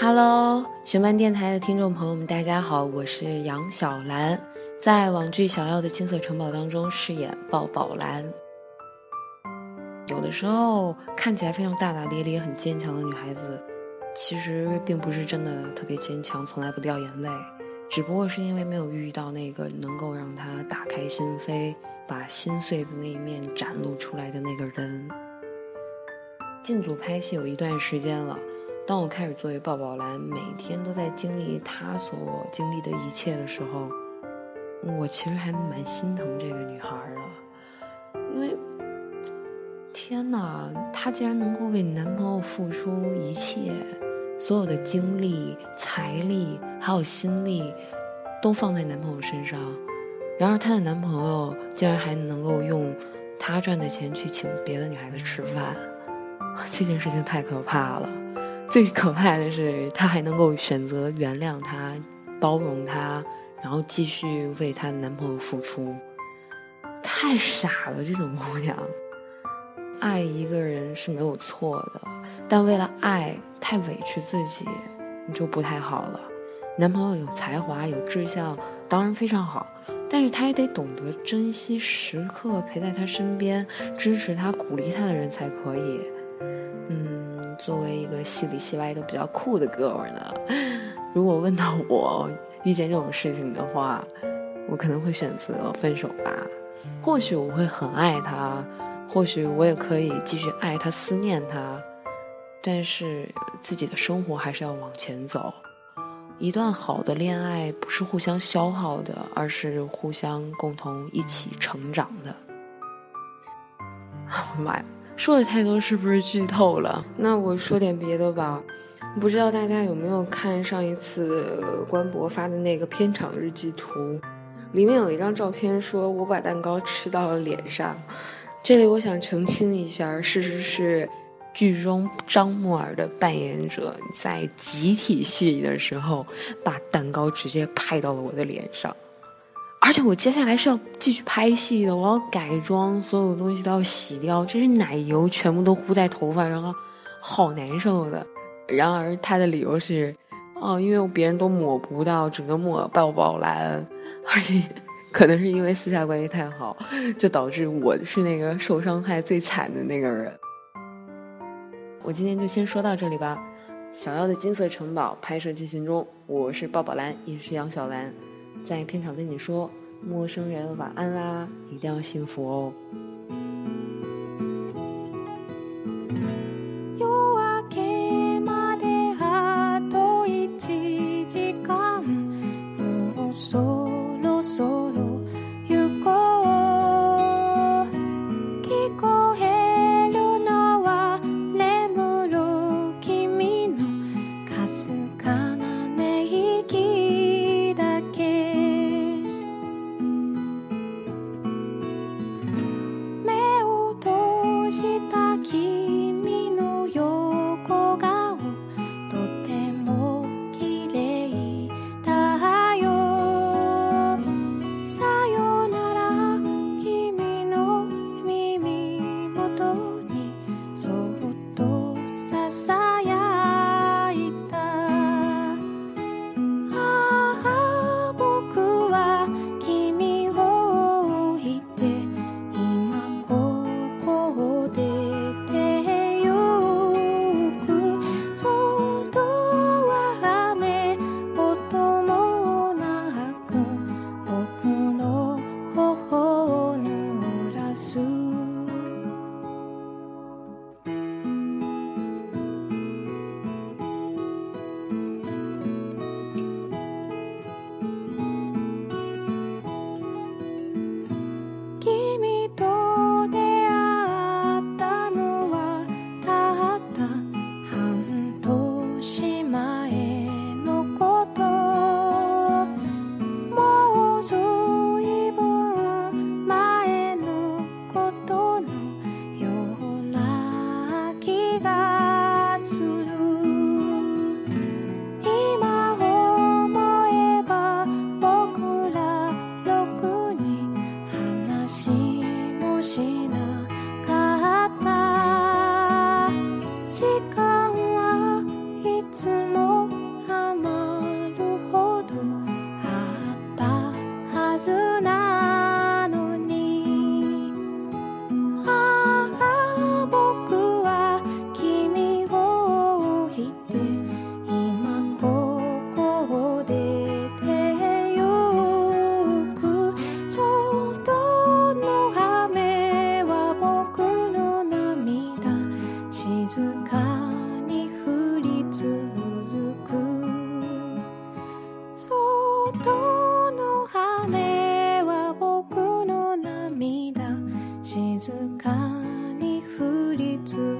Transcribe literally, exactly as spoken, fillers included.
Hello， 学漫电台的听众朋友们，大家好，我是杨小兰，在网剧《小妖的金色城堡》当中饰演抱抱兰。有的时候看起来非常大大咧咧、很坚强的女孩子，其实并不是真的特别坚强，从来不掉眼泪，只不过是因为没有遇到那个能够让她打开心扉，把心碎的那一面展露出来的那个人。进组拍戏有一段时间了，当我开始作为抱抱兰，每天都在经历她所经历的一切的时候，我其实还蛮心疼这个女孩的。因为天哪，她竟然能够为男朋友付出一切，所有的精力、财力还有心力都放在男朋友身上，然而她的男朋友竟然还能够用她赚的钱去请别的女孩子吃饭，这件事情太可怕了。最可怕的是她还能够选择原谅他，包容他，然后继续为她的男朋友付出，太傻了。这种姑娘爱一个人是没有错的，但为了爱太委屈自己你就不太好了。男朋友有才华有志向当然非常好，但是他也得懂得珍惜时刻陪在他身边支持他鼓励他的人才可以。嗯，作为一个戏里戏外都比较酷的哥们呢，如果问到我遇见这种事情的话，我可能会选择分手吧。或许我会很爱他，或许我也可以继续爱他思念他，但是自己的生活还是要往前走。一段好的恋爱不是互相消耗的，而是互相共同一起成长的。我的妈呀，说的太多是不是剧透了？那我说点别的吧。不知道大家有没有看上一次关博发的那个片场日记图，里面有一张照片说我把蛋糕吃到了脸上。这里我想澄清一下，事实是剧中张默尔的扮演者在集体戏的时候把蛋糕直接拍到了我的脸上，而且我接下来是要继续拍戏的，我要改妆，所有东西都要洗掉，这是奶油全部都糊在头发上，好难受的。然而他的理由是哦，因为别人都抹不到，只能抹抱抱兰，而且可能是因为私下关系太好，就导致我是那个受伤害最惨的那个人。我今天就先说到这里吧。小妖的金色城堡拍摄进行中，我是抱抱兰，也是杨小兰，在片场跟你说，陌生人晚安啦，一定要幸福哦。 静かに降り続